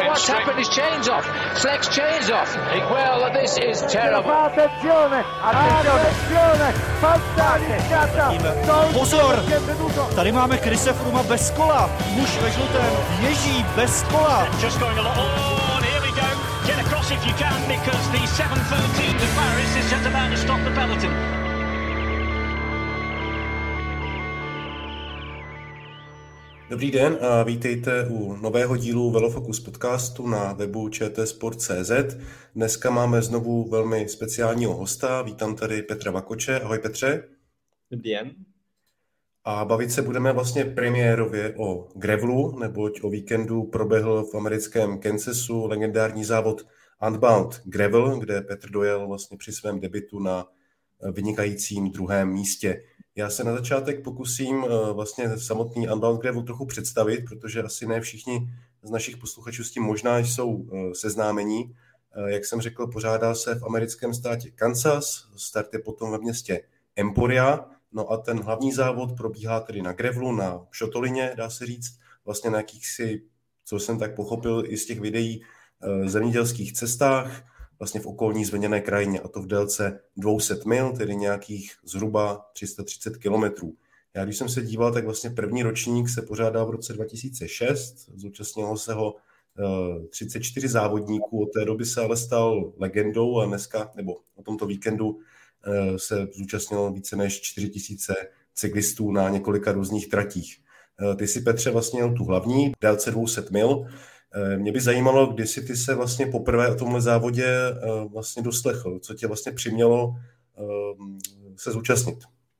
what's happened? His chain's off. Fleck's chain's off. Well, this is terrible. Attenzione, Pozor, tady máme Chrise Frooma bez kola. Muž ve žlutém ježí bez kola. Just going a lot. Oh, and here we go. Get across if you can, because the 7:13 to Paris is just about to stop the peloton. Dobrý den a vítejte u nového dílu Velofocus podcastu na webu čtsport.cz. Dneska máme znovu velmi speciálního hosta. Vítám tady Petra Vakoče. Ahoj Petře. Dobrý den. A bavit se budeme vlastně premiérově o gravelu, neboť o víkendu proběhl v americkém Kansasu legendární závod Unbound Gravel, kde Petr dojel vlastně při svém debutu na vynikajícím druhém místě. Já se na začátek pokusím vlastně samotný Unbound Gravel trochu představit, protože asi ne všichni z našich posluchačů s tím možná jsou seznámení. Jak jsem řekl, pořádá se v americkém státě Kansas, start je potom ve městě Emporia, no a ten hlavní závod probíhá tedy na gravelu, na šotolině, dá se říct, vlastně na jakýchsi, co jsem tak pochopil i z těch videí, zemědělských cestách, vlastně v okolní zvlněné krajině, a to v délce 200 mil, tedy nějakých zhruba 330 kilometrů. Já když jsem se díval, tak vlastně první ročník se pořádal v roce 2006, zúčastnilo se ho 34 závodníků, od té doby se ale stal legendou a dneska, nebo o tomto víkendu se zúčastnilo více než 4000 cyklistů na několika různých tratích. Ty si, Petře, vlastně jel tu hlavní v délce 200 mil. Mě by zajímalo, kdy jsi ty se vlastně poprvé o tomhle závodě vlastně doslechl. Co tě vlastně přimělo se zúčastnit?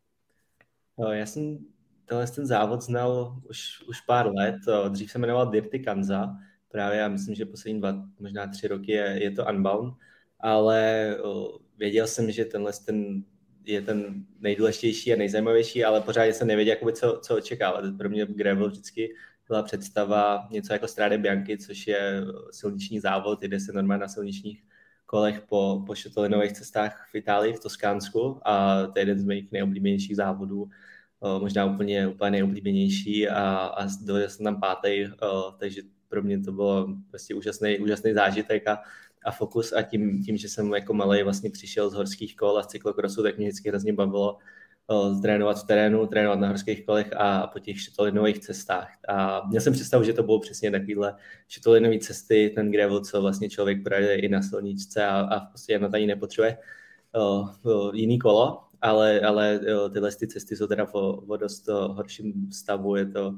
Já jsem ten závod znal už pár let. Dřív se jmenoval Dirty Kanza. Právě já myslím, že poslední 2, možná 3 roky je to Unbound. Ale věděl jsem, že tenhle je ten nejdůležitější a nejzajímavější, ale pořád jsem nevěděl, co očekávat. Pro mě gravel vždycky byla představa něco jako Strade Bianche, což je silniční závod, jde se normálně na silničních kolech po šotolinových cestách v Itálii, v Toskánsku, a to je jeden z mých nejoblíbenějších závodů, možná úplně nejoblíbenější, a dojel jsem tam 5. Takže pro mě to bylo prostě úžasný zážitek a fokus, a tím, že jsem jako malej vlastně přišel z horských kol a z cyklokrosu, tak mě vždycky hrozně bavilo trénovat v terénu, trénovat na horských kolech a po těch šotolinových cestách. A měl jsem představu, že to bylo přesně takovýhle šotolinové cesty, ten gravel, co vlastně člověk projde i na silničce a v podstatě na to ani nepotřebuje jiný kolo, ale tyhle cesty jsou teda v dost horším stavu. Je to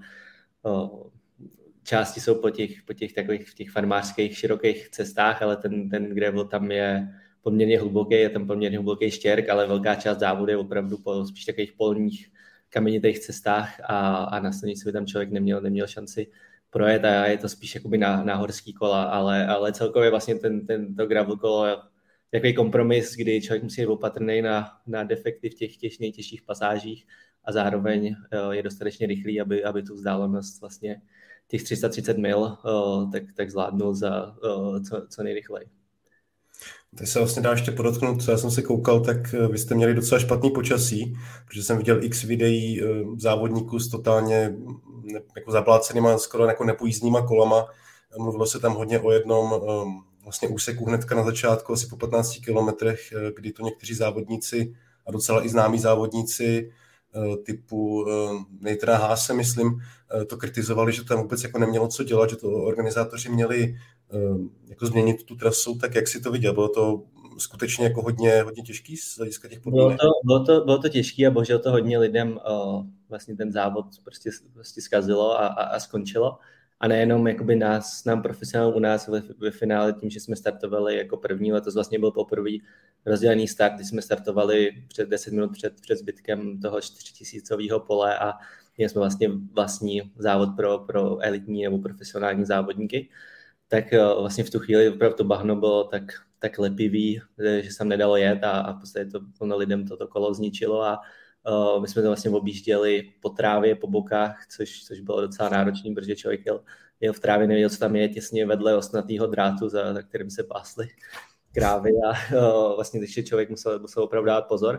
části jsou po těch takových v těch farmářských širokých cestách, ale ten gravel tam je poměrně hluboký, je tam poměrně hluboký štěrk, ale velká část závodu je opravdu po spíš takových polních kamenitých cestách a na silnici by tam člověk neměl šanci projet, a je to spíš jakoby na horský kola, ale celkově vlastně to gravel kolo je takový kompromis, kdy člověk musí být opatrný na defekty v těch nejtěžších pasážích a zároveň je dostatečně rychlý, aby tu vzdálenost vlastně těch 330 mil tak zvládnul za co nejrychleji. Teď se vlastně dá ještě podotknout, co já jsem se koukal, tak vy jste měli docela špatný počasí, protože jsem viděl x videí závodníků s totálně jako zaplácenýma, skoro jako nepojízdnýma kolama. Mluvilo se tam hodně o jednom vlastně úseku hnedka na začátku, asi po 15 kilometrech, kdy to někteří závodníci a docela i známí závodníci typu Nathan Haase, myslím, to kritizovali, že tam vůbec jako nemělo co dělat, že to organizátoři měli jako změnit tu trasu, tak jak si to viděl? Bylo to skutečně jako hodně těžký z hlediska těch podmínek? Bylo to těžký a bohužel to hodně lidem vlastně ten závod prostě zkazilo a skončilo. A nejenom jakoby nám profesionálům u nás ve finále tím, že jsme startovali jako první, letos vlastně byl poprvé rozdělený start, kdy jsme startovali před 10 minut před zbytkem toho 4000 pole a měli jsme vlastně vlastní závod pro elitní nebo profesionální závodníky. Tak vlastně v tu chvíli opravdu to bahno bylo tak lepivý, že se tam nedalo jet a v podstatě to lidem toto kolo zničilo a my jsme to vlastně objížděli po trávě, po bokách, což bylo docela náročný, protože člověk jel v trávě, nevěděl, co tam je, těsně vedle ostnatého drátu, za kterým se pásly krávy a vlastně ještě člověk musel opravdu dát pozor.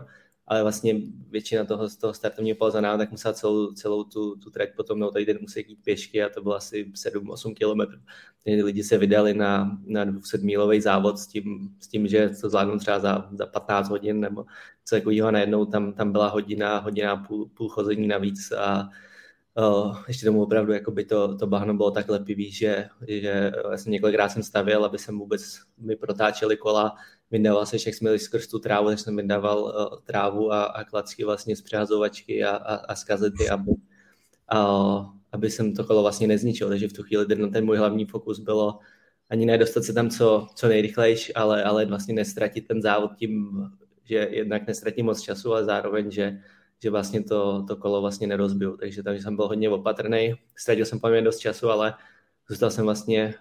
ale vlastně většina toho startovního pole za námi, tak musela celou tu trať potom, no tady den musel jít pěšky a to bylo asi 7-8 kilometrů. Lidi se vydali na 200mílový závod s tím, že to zvládnou třeba za 15 hodin nebo co takového, najednou tam byla hodina půl chození navíc a ještě tomu opravdu jakoby to bahno bylo tak lepivý, že jsem několikrát jsem stavěl, aby jsem vůbec mi protáčeli kola, vydával se, jak jsme jeli skrz tu trávu, takže jsem vydával trávu a klacky vlastně z přehazovačky a z kazety, aby jsem to kolo vlastně nezničil, takže v tu chvíli ten můj hlavní fokus bylo ani ne dostat se tam co nejrychlejš, ale vlastně nestratit ten závod tím, že jednak nestratím moc času, ale zároveň, že vlastně to kolo vlastně nerozbiju. Takže jsem byl hodně opatrný. Ztratil jsem poměrně dost času, ale zůstal jsem vlastně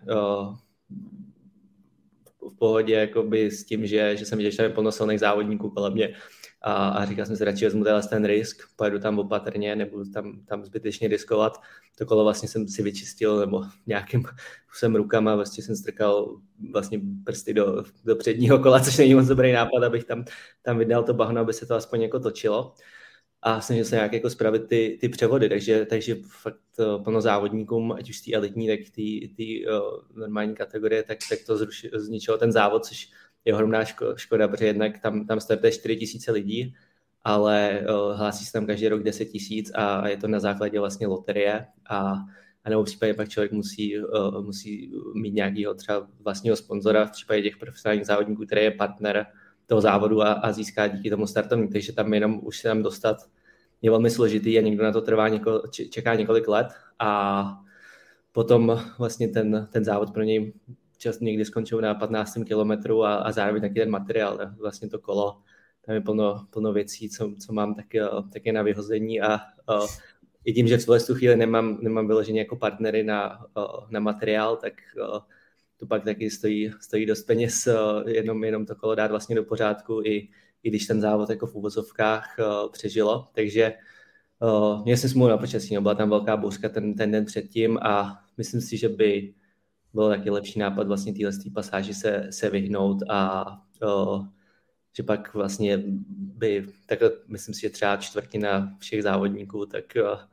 v pohodě jakoby s tím, že jsem viděl, že tam je plno silných závodníků kolem mě a říkal jsem si, radši vezmu ten risk, pojedu tam opatrně, nebudu tam zbytečně riskovat. To kolo vlastně jsem si vyčistil, nebo nějakým způsobem rukama, vlastně jsem strkal vlastně prsty do předního kola, což není moc dobrý nápad, abych tam vydal to bahno, aby se to aspoň jako točilo. A snažil se nějak jako spravit ty převody, takže fakt plno závodníkům, ať už z té elitní, tak ty normální kategorie, tak to zničilo ten závod, což je ohromná škoda, protože jednak tam startuje 4 000 lidí, ale hlásí se tam každý rok 10 000 a je to na základě vlastně loterie a nebo v případě pak člověk musí mít nějakého třeba vlastního sponzora v případě těch profesionálních závodníků, který je partner toho závodu a získá díky tomu startovník, takže tam jenom už se tam dostat je velmi složitý a někdo na to čeká několik let a potom vlastně ten závod pro něj často někdy skončil na 15. kilometru a zároveň taky ten materiál, vlastně to kolo, tam je plno věcí, co mám taky na vyhození a i tím, že v tu chvíli nemám vyloženě jako partnery na materiál, tak to pak taky stojí dost peněz jenom to kolo dát vlastně do pořádku, i když ten závod jako v úvozovkách přežilo. Takže měl jsem smůlu na počasí, byla tam velká bouřka ten den předtím a myslím si, že by byl taky lepší nápad vlastně téhle pasáži se vyhnout a že pak vlastně by, takhle myslím si, že třeba čtvrtina všech závodníků, tak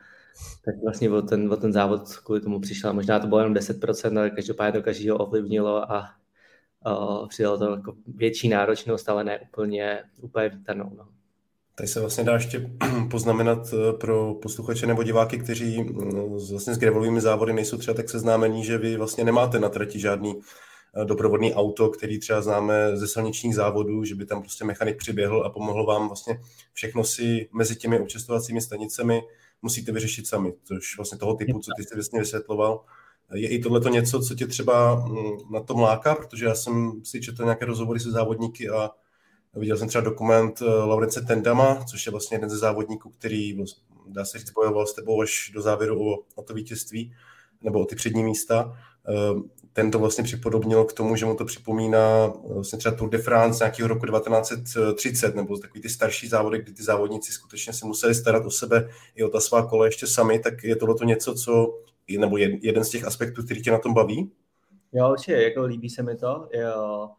vlastně o ten závod kvůli tomu přišla. Možná to bylo jenom 10%, ale každopádně to každého ovlivnilo a přidalo to jako větší náročnost, ale ne úplně vítanou. No. Tady se vlastně dá ještě poznamenat pro posluchače nebo diváky, kteří vlastně s gravelovými závody nejsou třeba tak seznámení, že vy vlastně nemáte na trati žádný doprovodný auto, který třeba známe ze silničních závodů, že by tam prostě mechanik přiběhl a pomohl vám vlastně všechno si mezi těmi občerstvovacími stanicemi musíte vyřešit sami, což vlastně toho typu, co ty jsi vlastně vysvětloval. Je i tohleto něco, co tě třeba na tom láká, protože já jsem si četl nějaké rozhovory se závodníky a viděl jsem třeba dokument Laurence Tendama, což je vlastně jeden ze závodníků, který, dá se říct, bojoval s tebou až do závěru o to vítězství, nebo o ty přední místa. Ten to vlastně připodobnil k tomu, že mu to připomíná vlastně třeba Tour de France nějakého roku 1930, nebo takový ty starší závody, kdy ty závodníci skutečně se museli starat o sebe i o ta svá kola ještě sami, tak je tohleto něco, nebo jeden z těch aspektů, který tě na tom baví? Jo, určitě, jako líbí se mi to, jo.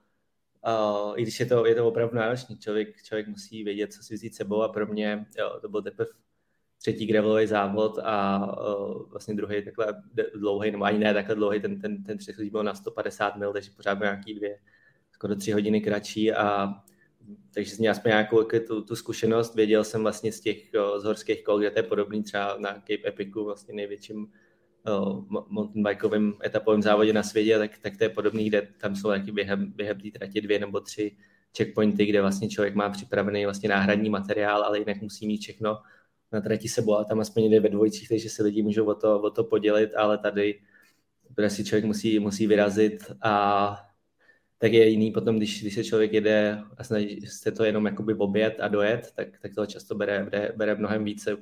I když je to opravdu náročný, člověk musí vědět, co si vzít sebou a pro mě to byl teprve třetí gravelový závod a vlastně druhý takhle dlouhý, nebo ani ne takhle dlouhý, ten předchozí byl na 150 mil, takže pořád byl nějaký skoro 3 hodiny kratší takže jsem měl aspoň nějakou tu zkušenost, věděl jsem vlastně z horských kol, kde to je podobný třeba na Cape Epicu, vlastně největším mountainbikovým etapovým závodě na světě, tak to je podobný, kde tam jsou taky během té trati 2 nebo 3 checkpointy, kde vlastně člověk má připravený vlastně náhradní materiál, ale jinak musí mít všechno na trati sebou a tam aspoň jde ve dvojicích, takže si lidi můžou o to podělit, ale tady si člověk musí vyrazit a tak je jiný potom, když se člověk jede a snaží se to jenom jakoby objet a dojet, tak toho často bere mnohem více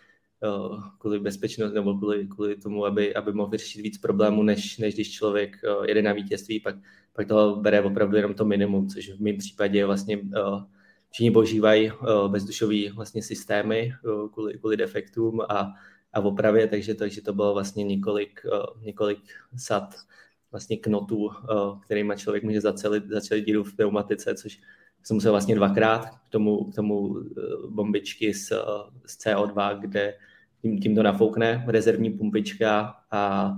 kvůli bezpečnosti nebo kvůli tomu, aby mohl vyřešit víc problémů, než když člověk jede na vítězství, pak toho bere opravdu jenom to minimum, což v mém případě vlastně všichni používají bezdušové vlastně systémy kvůli defektům a opravě, takže to bylo vlastně několik sad vlastně knotů, kterýma člověk může zacelit díru v pneumatice, což jsem musel vlastně 2krát k tomu bombičky z CO2, kde tím to nafoukne, rezervní pumpička a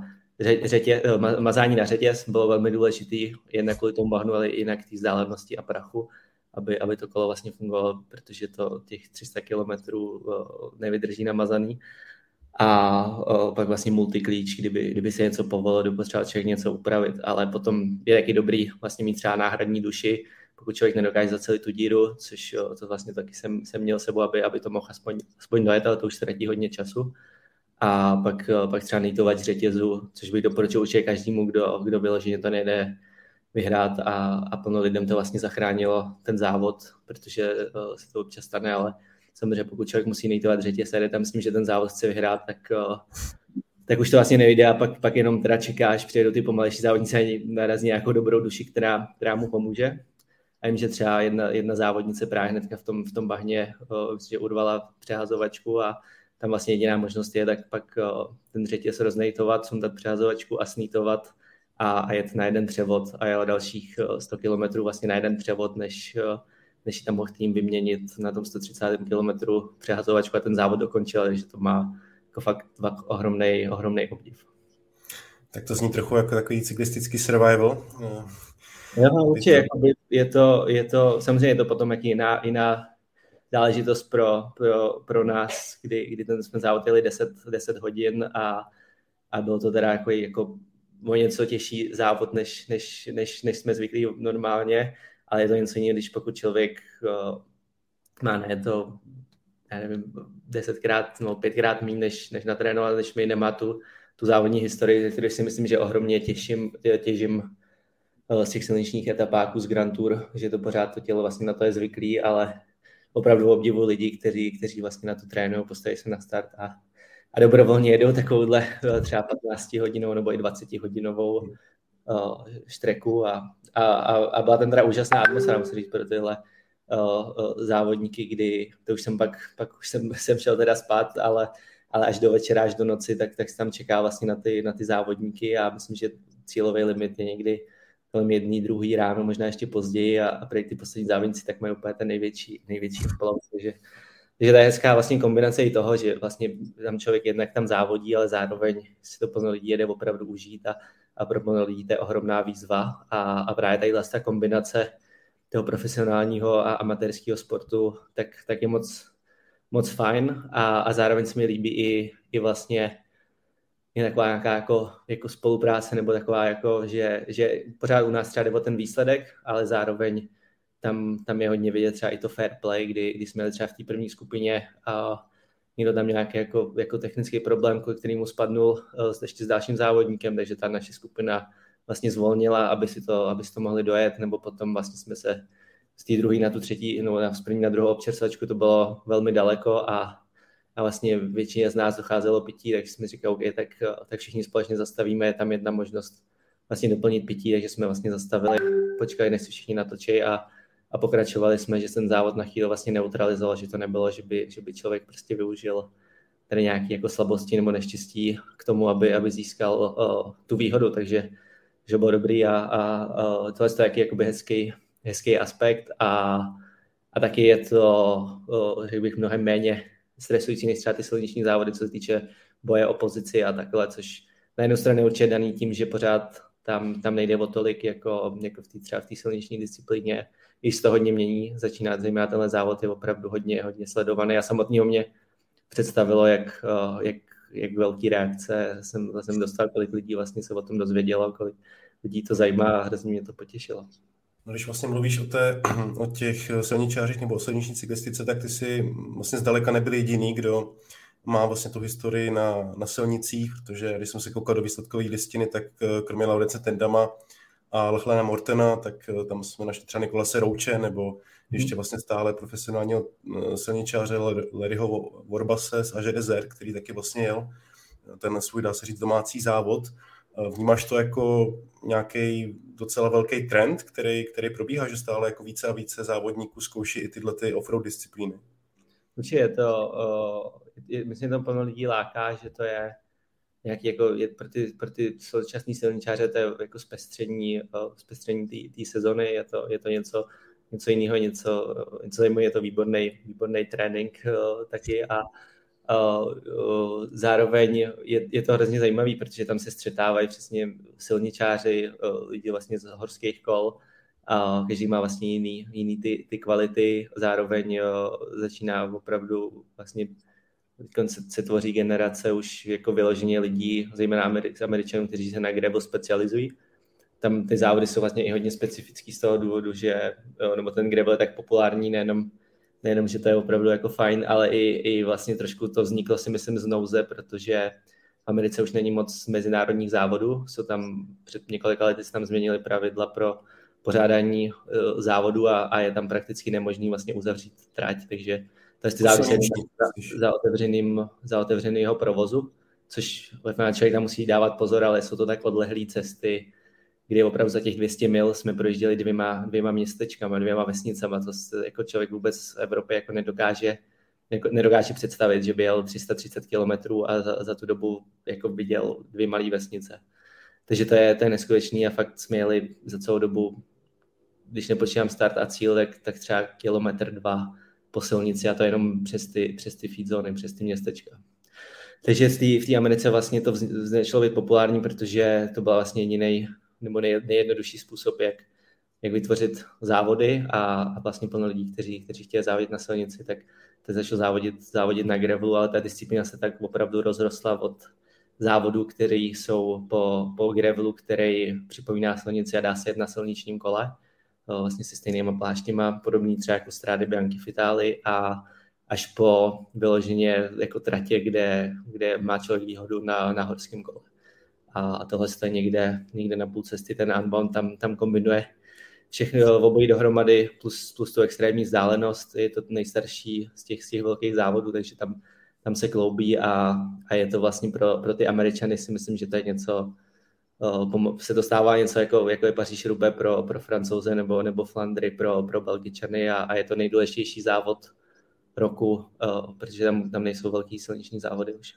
mazání na řetěz bylo velmi důležitý, jednak kvůli tomu bahnu, ale jinak k té vzdálenosti a prachu, aby to kolo vlastně fungovalo, protože to těch 300 kilometrů nevydrží namazaný. A pak vlastně multiklíč, kdyby se něco povolilo, kdyby potřeboval člověk něco upravit, ale potom je taky dobrý vlastně mít třeba náhradní duši, pokud člověk nedokáže zacelit tu díru, což to vlastně taky jsem měl sebou, aby to mohl aspoň dojet, ale to už ztratí hodně času. A pak třeba nejtovat řetězu, což bych doporučil určitě každému, kdo vyloženě to nejde vyhrát a plno lidem to vlastně zachránilo ten závod, protože se to občas stane, ale samozřejmě pokud člověk musí nejtovat řetěz a jde tam, myslím, že ten závod chce vyhrát, tak už to vlastně nejde a pak jenom teda čekáš, přijedou ty pomalejší závodníci a narazí nějakou dobrou duši, která mu pomůže. A vím, že třeba jedna závodnice právě hnedka v tom bahně že urvala přehazovačku a tam vlastně jediná možnost je tak pak ten řetěz roznejtovat, sundat přehazovačku a snítovat a jet na jeden převod a jela dalších 100 kilometrů vlastně na jeden převod, než tam mohl tým vyměnit na tom 130 kilometru přehazovačku a ten závod dokončil, takže to má jako fakt ohromnej obdiv. Tak to zní trochu jako takový cyklistický survival. Jo, určitě, je to, samozřejmě je to potom jak jiná záležitost pro nás, kdy ten jsme závod jeli 10 hodin a bylo to teda jako o něco těžší závod, než jsme zvyklí normálně, ale je to něco jiného, když pokud člověk má to, já nevím, 10krát nebo 5krát méně než natrénoval, než my nemá tu závodní historii, kterou si myslím, že ohromně těžím z těch silničních etapáků z Grand Tour, že to pořád to tělo vlastně na to je zvyklý, ale opravdu obdivu lidí, kteří vlastně na to trénují, postaví se na start a dobrovolně jedou takovouhle třeba 15 hodinovou nebo i 20 hodinovou štreku a byla tam teda úžasná atmosféra, musím říct, pro tyhle závodníky, kdy to už jsem pak už jsem šel teda spát, ale až do večera, až do noci, tak se tam čeká vlastně na ty závodníky a myslím, že cílový limit je někdy kolem 1, 2 ráno, možná ještě později a prý ty poslední závodníci tak mají úplně ten největší aplauz, takže to je hezká vlastně kombinace i toho, že vlastně tam člověk jednak tam závodí, ale zároveň si to plno lidí jede opravdu užít a pro plno lidí to je ohromná výzva a právě tady ta kombinace toho profesionálního a amatérského sportu tak je moc fajn a zároveň se mi líbí i vlastně je taková nějaká jako spolupráce nebo taková jako, že pořád u nás třeba jde o ten výsledek, ale zároveň tam je hodně vidět třeba i to fair play, kdy jsme třeba v té první skupině a někdo tam nějaký jako technický problém, kvůli kterému spadnul ještě s dalším závodníkem, takže ta naše skupina vlastně zvolnila, aby si to mohli dojet, nebo potom vlastně jsme se z té druhé na tu třetí, no z první na druhou občerstvačku to bylo velmi daleko a vlastně většině z nás docházelo pití, takže jsme říkali, OK, tak všichni společně zastavíme, je tam jedna možnost vlastně doplnit pití, takže jsme vlastně zastavili, počkali, než si všichni natočí a pokračovali jsme, že ten závod na chvíli vlastně neutralizoval, že to nebylo, že by člověk prostě využil tady nějaké jako slabosti nebo neštěstí k tomu, aby získal tu výhodu, takže že bylo dobrý a tohle je taky jakoby hezký aspekt a taky je to, řekl bych, mnohem méně stresující než třeba ty silniční závody, co se týče boje o pozici a takhle, což na jednu stranu určitě daný tím, že pořád tam nejde o tolik, jako třeba v té silniční disciplíně, i z toho hodně mění, začíná zejména tenhle závod je opravdu hodně sledovaný a samotného mě představilo, jak velký reakce jsem dostal, kolik lidí vlastně se o tom dozvědělo, kolik lidí to zajímá a hrozně mě to potěšilo. No, když vlastně mluvíš o těch silničářích nebo o silniční cyklistice, tak ty si vlastně zdaleka nebyl jediný, kdo má vlastně tu historii na silnicích, protože když jsem se koukal do výsledkové listiny, tak kromě Laurence Tendama a Lachlana Mortena, tak tam jsme našli třeba Nikolase Rouche nebo ještě vlastně stále profesionálního silničáře Larryho Warbase z AG Desert, který taky vlastně jel ten svůj, dá se říct, domácí závod. Vnímáš to jako nějaký docela velký trend, který probíhá, že stále jako více a více závodníků zkouší i tyhle ty offroad disciplíny? Určitě je to, myslím, že to plno lidí láká, že to je nějaký jako pro ty současný silničáře, to je jako zpestření té sezony, je to něco něco jiného, něco zajímavého, je to výborný trénink taky a zároveň je to hrozně zajímavý, protože tam se střetávají přesně silničáři, lidi vlastně z horských kol, každý má vlastně jiný ty kvality, zároveň začíná opravdu vlastně se tvoří generace už jako vyloženě lidí, zejména Američanů, kteří se na gravel specializují. Tam ty závody jsou vlastně i hodně specifický z toho důvodu, že nebo ten gravel je tak populární, nejenom, že to je opravdu jako fajn, ale i vlastně trošku to vzniklo si myslím z nouze, protože v Americe už není moc mezinárodních závodů, jsou tam před několika lety se tam změnily pravidla pro pořádání závodu a je tam prakticky nemožný vlastně uzavřít trať, takže ty závody za otevřenýho provozu, což člověk tam musí dávat pozor, ale jsou to tak odlehlé cesty, kdy opravdu za těch 200 mil jsme projížděli dvěma městečkama, 2 vesnicama, to se jako člověk vůbec v Evropě jako nedokáže představit, že by jel 330 kilometrů a za tu dobu jako viděl 2 malé vesnice. Takže to je neskutečný a fakt jsme jeli za celou dobu, když nepočítám start a cíl, tak třeba 1-2 kilometry po silnici a to jenom přes ty feed zóny, přes ty městečka. Takže v té Americe vlastně to začalo být populární, protože to byl vlastně jediný nebo nejjednodušší způsob, jak vytvořit závody a vlastně plno lidí, kteří chtěli závodit na silnici, tak začal závodit na gravelu, ale ta disciplína se tak opravdu rozrostla od závodů, které jsou po gravelu, který připomíná silnici a dá se jet na silničním kole, vlastně se stejnýma pláštěma, podobný třeba jako Strade Bianche v Itálii a až po vyloženě jako tratě, kde má člověk výhodu na horském kole. A tohle je někde na půl cesty, ten Unbound tam kombinuje všechno obojí dohromady plus tu extrémní vzdálenost, je to nejstarší z těch velkých závodů, takže tam se kloubí a je to vlastně pro ty Američany si myslím, že to je něco, se to stává něco jako je Paříž-Roubaix pro Francouze nebo Flandry pro Belgičany a je to nejdůležitější závod roku, protože tam nejsou velký silniční závody už.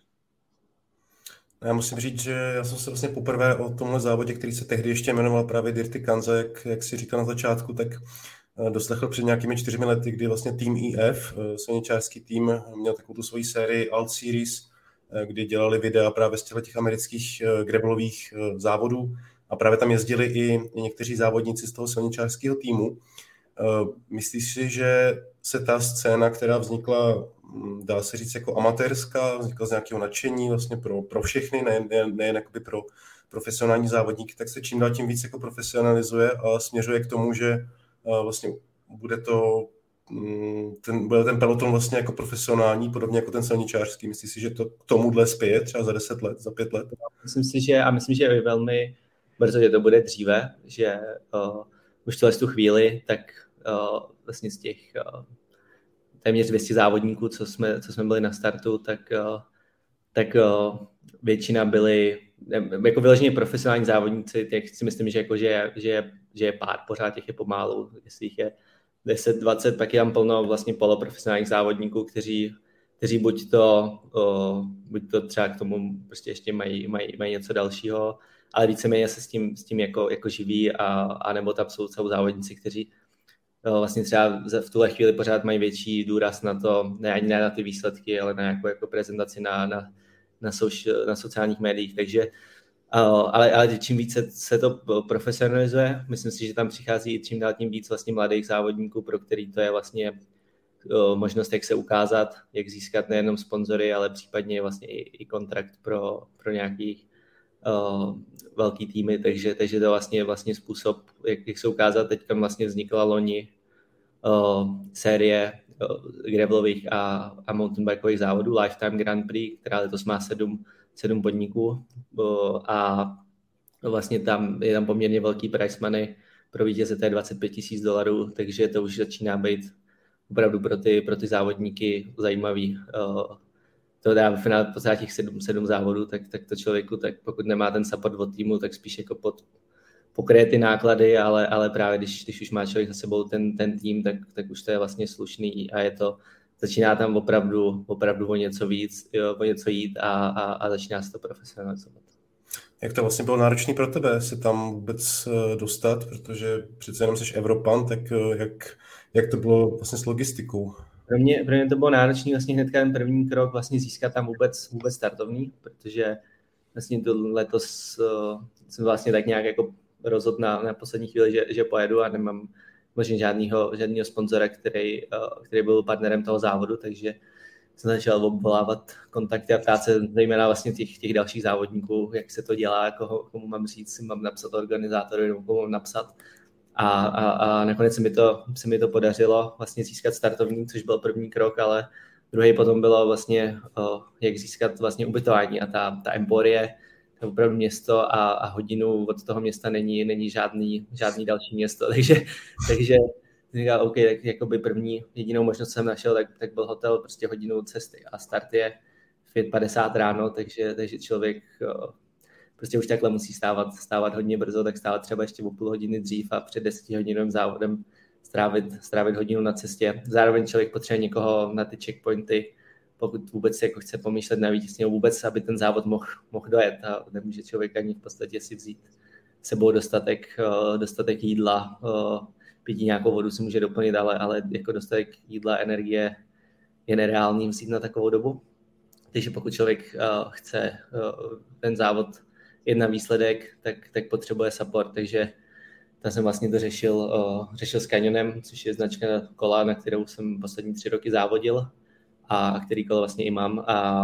Já musím říct, že já jsem se vlastně poprvé o tomhle závodě, který se tehdy ještě jmenoval právě Dirty Kanza, jak si říkal na začátku, tak doslechl před nějakými 4 lety, kdy vlastně tým EF, silničářský tým, měl takovou tu svoji sérii Alt Series, kdy dělali videa právě z těch amerických gravelových závodů a právě tam jezdili i někteří závodníci z toho silničářského týmu. Myslíš si, že se ta scéna, která vznikla, dá se říct jako amatérská, vznikla z nějakého nadšení vlastně pro všechny, nejen jakoby pro profesionální závodníky, tak se čím dál tím víc jako profesionalizuje a směřuje k tomu, že vlastně bude ten peloton vlastně jako profesionální, podobně jako ten silničářský. Myslíš si, že to k tomuhle spěje třeba za 10 let, za 5 let? Myslím si, že velmi brzo, že to bude dříve, že už tu chvíli, tak vlastně z těch téměř 200 závodníků, co jsme byli na startu, tak většina byli jako vyloženě profesionální závodníci, tak si myslím, že je pár, pořád těch je pomálu, jestli jich je 10, 20, pak je tam plno vlastně poloprofesionálních závodníků, kteří buď to třeba k tomu prostě ještě mají něco dalšího, ale víceméně se s tím jako živí a nebo tam jsou závodníci, kteří vlastně třeba v tuhle chvíli pořád mají větší důraz na to, ne na ty výsledky, ale na jako prezentaci na sociálních médiích, takže ale čím více se to profesionalizuje, myslím si, že tam přichází i čím dál tím víc vlastně mladých závodníků, pro který to je vlastně možnost, jak se ukázat, jak získat nejenom sponzory, ale případně vlastně i kontrakt pro nějaký velký týmy, takže to vlastně způsob, jak se ukázat. Teďka vlastně vznikla loni série gravelových a mountainbikových závodů Lifetime Grand Prix, která letos má 7 podniků a vlastně je tam poměrně velký prize money pro vítěze, to je $25,000, takže to už začíná být opravdu pro ty závodníky zajímavý. To dá v finále pořád těch 7 závodů, tak to člověku, tak pokud nemá ten support od týmu, tak spíš jako pokryje ty náklady, ale právě když už má člověk za sebou ten tým, tak už to je vlastně slušný a začíná tam opravdu o něco jít a začíná se to profesionalizovat. Jak to vlastně bylo náročné pro tebe se tam vůbec dostat, protože přece jenom jsi Evropan, tak jak to bylo vlastně s logistikou? Pro mě to bylo náročný vlastně hnedka ten první krok vlastně získat tam vůbec startovní, protože vlastně to letos jsem vlastně tak nějak jako rozhodl na poslední chvíli, že pojedu a nemám možná žádného sponzora, který byl partnerem toho závodu, takže jsem začal obvolávat kontakty a ptát se zejména vlastně těch dalších závodníků, jak se to dělá, komu mám říct, mám napsat organizátory nebo komu mám napsat. A nakonec se mi to podařilo vlastně získat startovní, což byl první krok, ale druhý potom bylo vlastně, jak získat vlastně ubytování a ta Emporie, to je opravdu město a hodinu od toho města není žádný další město, takže říkal, OK, tak jakoby jedinou možnost jsem našel, tak byl hotel prostě hodinu cesty a start je v 5:50 ráno, takže člověk prostě už takhle musí stávat hodně brzo, tak stávat třeba ještě o půl hodiny dřív a před 10hodinovým závodem strávit hodinu na cestě. Zároveň člověk potřebuje někoho na ty checkpointy, pokud vůbec jako chce pomýšlet na vítězství, vůbec, aby ten závod mohl dojet a nemůže člověk ani v podstatě si vzít sebou dostatek jídla, pití nějakou vodu si může doplnit, ale jako dostatek jídla, energie je nereálný vzít na takovou dobu. Takže pokud člověk chce ten závod jet na výsledek, tak potřebuje support, takže tam jsem vlastně to řešil s Canyonem, což je značka kola, na kterou jsem poslední 3 roky závodil a který kolo vlastně i mám.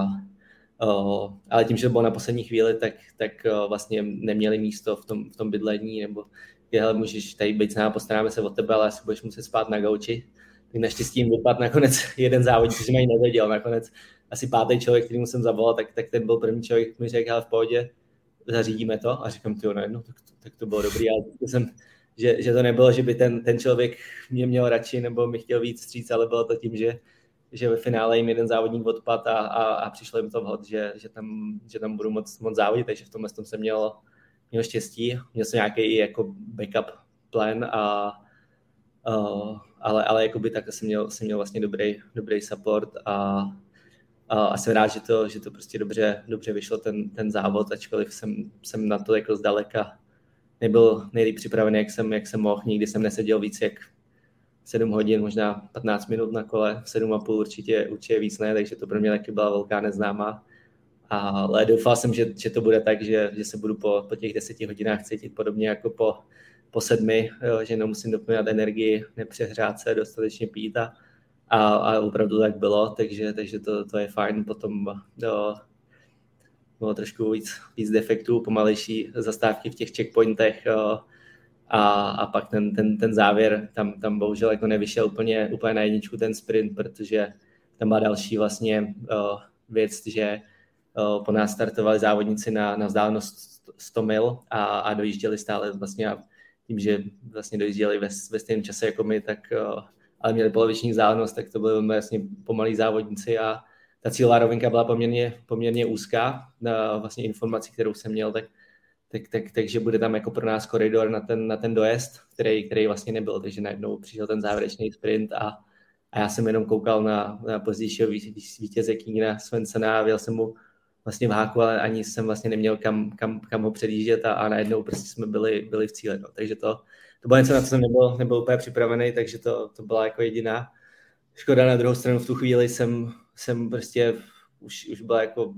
Ale tím, že to bylo na poslední chvíli, tak vlastně neměli místo v tom bydlení, nebo hele, můžeš tady být s námi, postaráme se o tebe, ale asi budeš muset spát na gauči. Tak naštěstí jim vypadl nakonec jeden závodník, který mě nevěděl. Nakonec asi 5. člověk, kterýmu jsem zavolal, tak ten byl první člověk, mi řekl, hele, v pohodě, zařídíme to. A říkám, tak to bylo dobrý, ale že to nebylo, že by ten člověk mě měl radši nebo mi chtěl víc vstříc, ale bylo to tím, že ve finále jim jeden závodník odpad a přišlo jim to vhod, že tam budu moc závodit, takže v tomhle jsem měl štěstí. Měl jsem nějaký jako backup plan, ale jakoby tak jsem měl vlastně dobrý support a jsem rád, že to prostě dobře vyšlo ten závod, ačkoliv jsem na to jako zdaleka nebyl nejlíp připravený, jak jsem mohl. Nikdy jsem neseděl víc jak 7 hodin, možná 15 minut na kole, 7,5 určitě víc ne, takže to pro mě taky byla velká neznámá. Ale doufal jsem, že to bude tak, že se budu po těch 10 hodinách cítit podobně jako po 7, že nemusím doplňovat energii, nepřehrát se, dostatečně pít a opravdu tak bylo, takže to je fajn. Potom bylo trošku víc defektů, pomalejší zastávky v těch checkpointech a pak ten závěr tam bohužel jako nevyšel úplně na jedničku ten sprint, protože tam byla další vlastně věc, že po nás startovali závodníci na vzdálenost 100 mil a dojížděli stále vlastně a tím, že vlastně dojížděli ve stejném čase jako my, tak ale měli poloviční vzdálenost, tak to byli vlastně pomalí závodníci a ta cílová rovinka byla poměrně úzká na vlastně informací, kterou jsem měl, takže bude tam jako pro nás koridor na ten dojezd, který vlastně nebyl, takže najednou přišel ten závěrečný sprint a já jsem jenom koukal na pozdějšího vítěze Kingna Svensena a věl jsem mu vlastně v háku, ale ani jsem vlastně neměl kam ho předjíždět a najednou prostě jsme byli v cíli. No. Takže to bylo něco, na co jsem nebyl úplně připravený, takže to byla jako jediná škoda. Na druhou stranu v tu chvíli jsem prostě už byla jako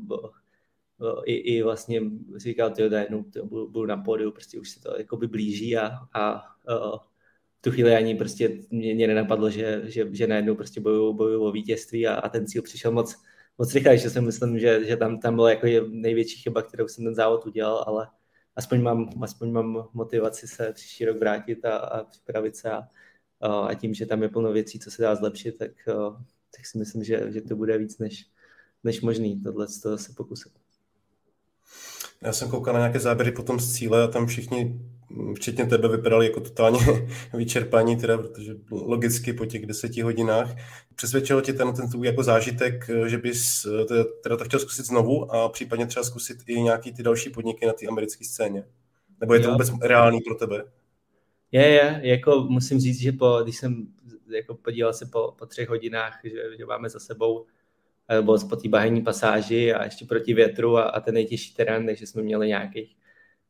i vlastně říkal, najednou budu na pódiu, prostě už se to jakoby blíží a v tu chvíli ani prostě mě nenapadlo, že najednou prostě bojuju o vítězství a ten cíl přišel moc rychle, že jsem myslím, že tam byla jako největší chyba, kterou jsem ten závod udělal, ale aspoň mám motivaci se příští rok vrátit a připravit se a tím, že tam je plno věcí, co se dá zlepšit, tak si myslím, že to bude víc než možný tohle se pokusit. Já jsem koukal na nějaké záběry potom z cíle a tam všichni, včetně tebe, vypadali jako totálně vyčerpaní, teda, protože logicky po těch 10 hodinách. Přesvědčilo tě ten tvůj jako zážitek, že bys teda to chtěl zkusit znovu a případně třeba zkusit i nějaký ty další podniky na té americké scéně? Nebo je to vůbec reálný pro tebe? Je, jako musím říct, že když jsem jako podíval se po 3 hodinách, že máme za sebou bylo po té bahenní pasáži a ještě proti větru a ten nejtěžší terén, takže jsme měli nějakých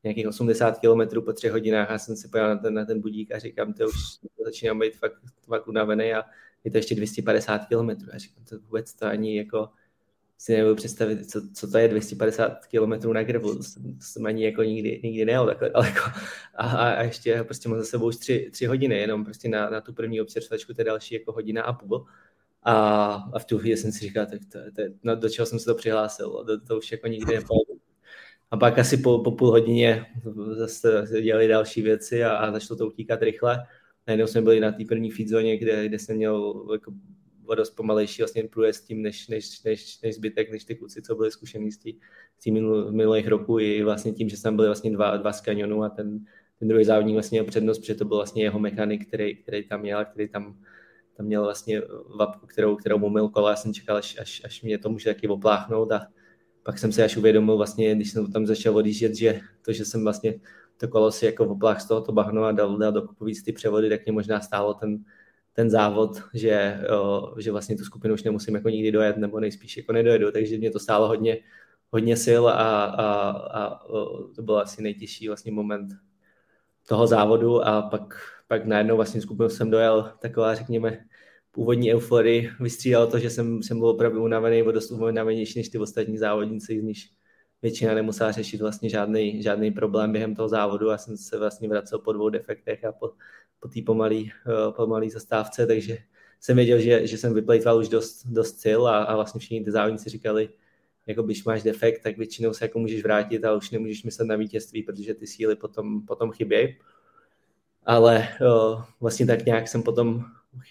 nějakých 80 km po 3 hodinách a jsem si pojel na ten budík a říkám, to už začínám být fakt unavený a je to ještě 250 km. A říkám, to vůbec to ani jako si nebudu představit, co to je 250 km na gravel. To jsem ani jako nikdy nejel takhle daleko. A ještě prostě mám za sebou už 3 hodiny, jenom prostě na tu první občerstvačku, to je další jako hodina a půl. A v tu chvíli jsem si říkal, tak no, do čeho jsem se to přihlásil, to už jako nikdy nepojedu. A pak asi po půl hodině zase dělali další věci a začalo to utíkat rychle. Najednou jsme byli na té první feed zóně, kde jsem měl jako dost pomalejší vlastně průjezd tím, než zbytek, než ty kluci, co byli zkušení z minulých roků, i vlastně tím, že jsme byli vlastně dva z kanionu a ten druhý závodník vlastně měl přednost, protože to byl vlastně jeho mechanik, který tam měl a který tam měl vlastně vapku, kterou mu myl kola. Já jsem čekal, až mě to může taky opláchnout a pak jsem se až uvědomil vlastně, když jsem tam začal odjíždět, že to, že jsem vlastně to kolo si jako oplách z tohoto bahno a dal do kopu víc ty převody, tak mě možná stálo ten závod, že vlastně tu skupinu už nemusím jako nikdy dojet, nebo nejspíš jako nedojedu, takže mě to stálo hodně sil a to byl asi nejtěžší vlastně moment toho závodu a pak najednou vlastně skupinu jsem dojel taková, řekněme, původní euforii, vystřídalo to, že jsem byl opravdu unavený, dost unavenější než ty ostatní závodníci, z níž většina nemusela řešit vlastně žádný problém během toho závodu a jsem se vlastně vracel po 2 defektech a po té pomalý zastávce, takže jsem věděl, že jsem vyplejtval už dost sil a vlastně všichni ty závodníci říkali, jako když máš defekt, tak většinou se jako můžeš vrátit a už nemůžeš myslet na vítězství, protože ty síly potom chybějí. Ale vlastně tak nějak jsem potom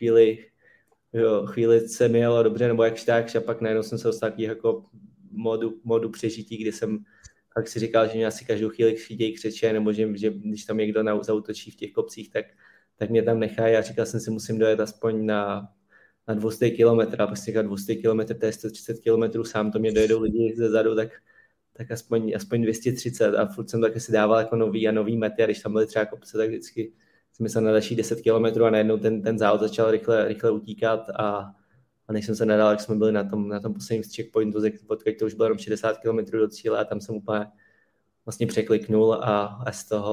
chvíli se mi jelo dobře, nebo jakž tak, a pak najednou jsem se dostal takový jako modu přežití, kdy jsem tak si říkal, že mě asi každou chvíli chytějí křeče, nebo že když tam někdo zautočí v těch kopcích, tak mě tam nechají a říkal jsem si, musím dojet aspoň na 200 km, a prostě říkal 200 km, to je 130 km sám, to mě dojedou lidi ze zadu, tak aspoň 230 a furt jsem taky si dával jako nový mety a když tam byly třeba kopce, tak vždycky jsem myslel na další 10 km a najednou ten závod začal rychle utíkat a než jsem se nedal, jak jsme byli na tom posledním checkpointu, odkud to už bylo jenom 60 km do cíle a tam jsem úplně vlastně překliknul a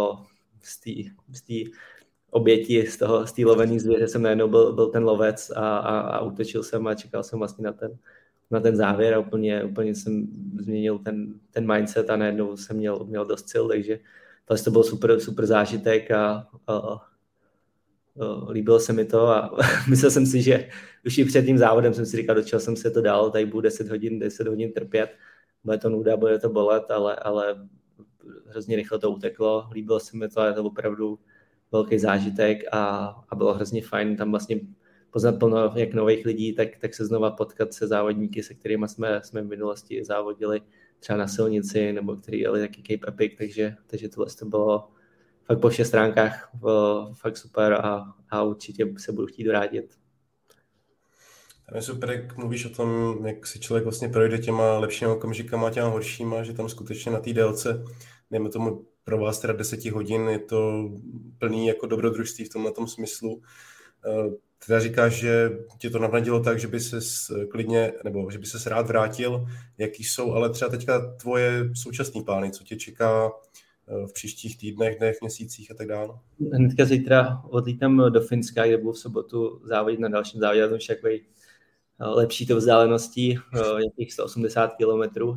z té oběti, z té lovený zvěře jsem najednou byl ten lovec a útočil jsem a čekal jsem vlastně na ten závěr a úplně jsem změnil ten mindset a najednou jsem měl dost sil, takže to byl super zážitek a líbilo se mi to a myslel jsem si, že už i před tím závodem jsem si říkal, do čeho jsem se to dal, tady budu 10 hodin trpět, bude to nuda, bude to bolet, ale hrozně rychle to uteklo, líbilo se mi to a je to opravdu velký zážitek a bylo hrozně fajn tam vlastně poznat plno jak nových lidí, tak se znova potkat se závodníky, se kterými jsme v minulosti závodili třeba na silnici, nebo který jeli taky Cape Epic, takže tohle to bylo fakt po všech stránkách fakt super a určitě se budu chtít vrátit. Tam je super, jak mluvíš o tom, jak si člověk vlastně projde těma lepšíma okamžikama a těma horšíma, že tam skutečně na té délce, dejme tomu pro vás teda 10 hodin, je to plný jako dobrodružství v tomhle smyslu. Teda říkáš, že tě to navnadilo tak, že by ses klidně, nebo že by ses rád vrátil. Jaký jsou ale třeba teďka tvoje současné plány, co tě čeká v příštích týdnech, dnech, měsících a tak dále? Hnedka zítra odlítám do Finska, kde budu v sobotu závodit na dalším závodě, to už takový lepší to vzdáleností, nějakých 180 kilometrů.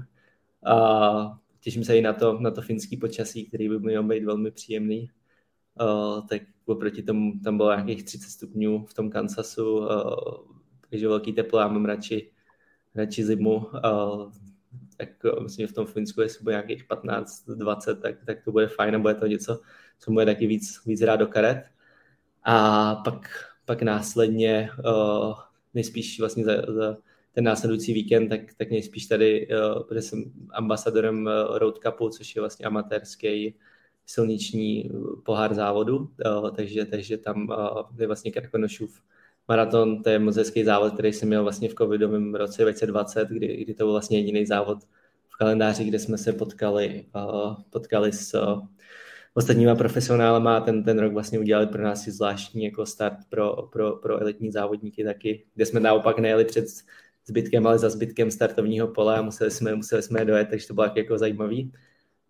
A těším se i na to finský počasí, který by měl být velmi příjemný. Tak oproti tomu tam bylo nějakých 30 stupňů v tom Kansasu, takže velký teplo, já mám radši zimu. Tak myslím, že v tom Finsku, jestli bude nějakých 15-20, tak to bude fajn a bude to něco, co bude taky víc rád do karet. A pak následně nejspíš vlastně za ten následující víkend, tak nejspíš tady, protože jsem ambasadorem Road Cupu, což je vlastně amatérský silniční pohár závodu, takže tam je vlastně Krkonošův maraton, to je moc hezký závod, který jsem měl vlastně v covidovém roce 2020, kdy to byl vlastně jediný závod v kalendáři, kde jsme se potkali s ostatníma profesionálema a ten rok vlastně udělali pro nás i zvláštní jako start pro elitní závodníky taky, kde jsme naopak nejeli před zbytkem, ale za zbytkem startovního pole a museli jsme dojet, takže to bylo jako zajímavý.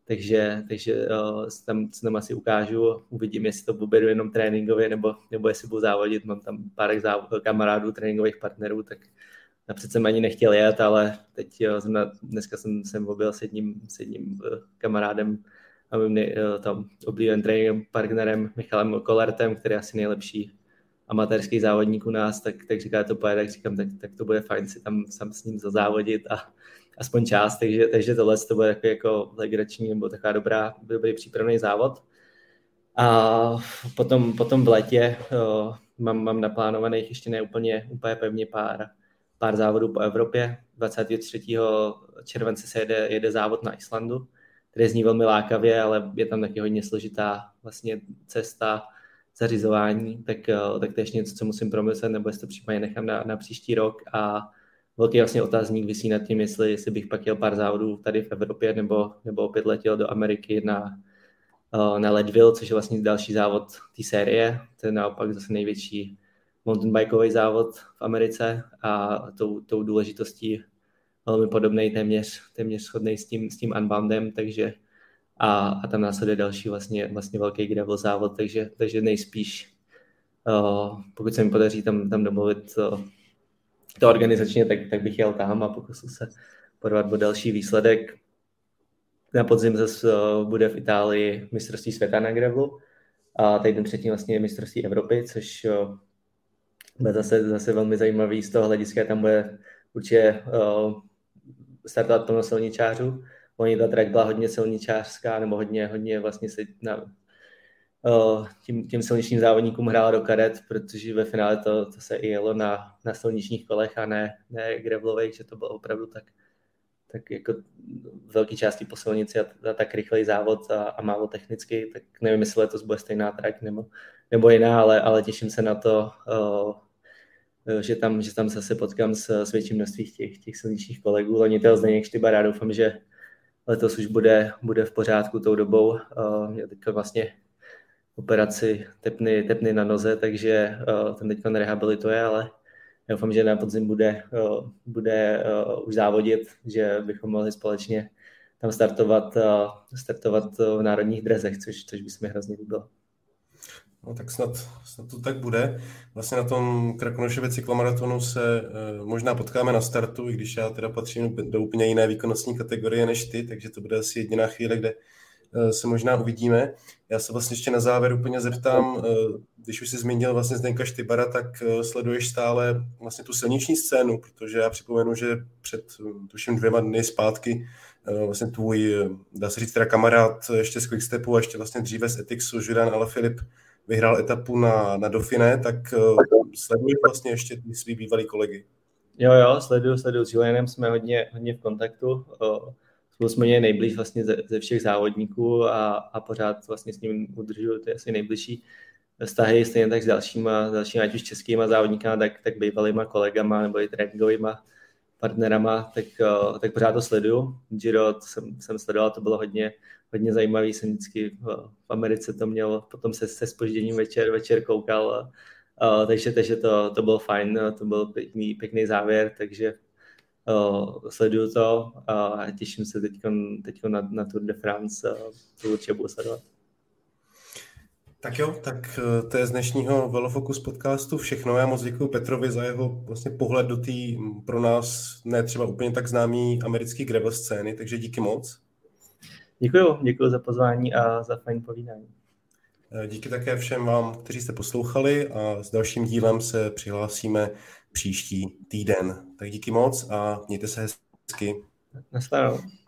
takže tam asi ukážu, uvidím, jestli to budu jenom tréninkově, nebo jestli budu závodit, mám tam pár kamarádů, tréninkových partnerů, tak napřed jsem ani nechtěl jet, ale teď dneska jsem objel s jedním kamarádem a mým tam oblíbeným tréninkovým partnerem Michalem Kolertem, který je asi nejlepší amatérský závodník u nás, tak říká, to pojede, tak říkám, tak to bude fajn si tam s ním zazávodit a aspoň část, takže tohle to bude jako legrační nebo taková dobrý přípravný závod. A potom v létě mám naplánovaných ještě ne úplně pevně pár závodů po Evropě. 23. července se jede závod na Islandu, který zní velmi lákavě, ale je tam taky hodně složitá vlastně cesta, zařizování, tak to je ještě něco, co musím promyslet, nebo jestli to případně nechám na příští rok. A velký vlastně otázník visí nad tím, jestli bych pak jel pár závodů tady v Evropě, nebo opět letěl do Ameriky na Leadville, což je vlastně další závod té série. To je naopak zase největší mountain bikeový závod v Americe a tou důležitostí velmi podobný, téměř shodný s tím Unboundem, takže a tam následuje další vlastně velký gravel závod, takže nejspíš, pokud se mi podaří tam domluvit to organizačně, tak bych jel tam a pokusil se porvat o další výsledek. Na podzim zase bude v Itálii mistrovství světa na gravelu a týden předtím vlastně je mistrovství Evropy, což bude zase velmi zajímavý z toho hlediska, tam bude určitě startovat plno silničářů. Oni ta track byla hodně silničářská, nebo hodně vlastně se tím silničním závodníkům hrála do karet, protože ve finále to se i jelo na silničních kolech a ne gravelových, že to bylo opravdu tak jako velký části po silnici a tak rychlej závod a málo technicky, tak nevím, jestli letos bude stejná track nebo jiná, ale těším se na to, že tam zase potkám s větším množství těch silničních kolegů. Lonitel Zdeněk Štybar, já doufám, že letos už bude v pořádku tou dobou. Měl teďka vlastně operaci tepny na noze, takže ten teďka rehabilituje, ale doufám, že na podzim bude už závodit, že bychom mohli společně tam startovat v národních drezech, což by se mi hrozně líbilo. No tak snad to tak bude. Vlastně na tom Krakonošově cyklomaratonu se možná potkáme na startu, i když já teda patřím do úplně jiné výkonnostní kategorie než ty, takže to bude asi jediná chvíle, kde se možná uvidíme. Já se vlastně ještě na závěr úplně zeptám, když už jsi zmínil vlastně Zdenka Štybara, tak sleduješ stále vlastně tu silniční scénu, protože já připomenu, že před tuším 2 dny zpátky vlastně tvůj, dá se říct teda kamarád ještě z Quickstepu a ještě vlastně dříve z Etixu, Julian Alaphilippe, vyhrál etapu na Dauphiné, tak sleduješ vlastně ještě ty svý bývalý kolegy? Jo, sleduju. S Julianem jsme hodně v kontaktu. Spolu jsme nejblíž vlastně ze všech závodníků a pořád vlastně s ním udržuju ty asi nejbližší vztahy, stejně tak s dalšíma ať už českýma závodníkama, tak bývalýma kolegama nebo i tréninkovýma partnerama, tak pořád to sleduju. Giro jsem sledoval, to bylo hodně zajímavý, jsem vždycky v Americe to měl, potom se zpožděním večer koukal, takže to bylo fajn, to byl pěkný závěr, takže sleduju to a těším se teď na Tour de France, to určitě budu sledovat. Tak jo, tak to je z dnešního Velofocus podcastu všechno. Já moc děkuji Petrovi za jeho vlastně pohled do té pro nás ne třeba úplně tak známý americký gravel scény, takže díky moc. Děkuji za pozvání a za fajn povídání. Díky také všem vám, kteří jste poslouchali a s dalším dílem se přihlásíme příští týden. Tak díky moc a mějte se hezky. Naschledanou.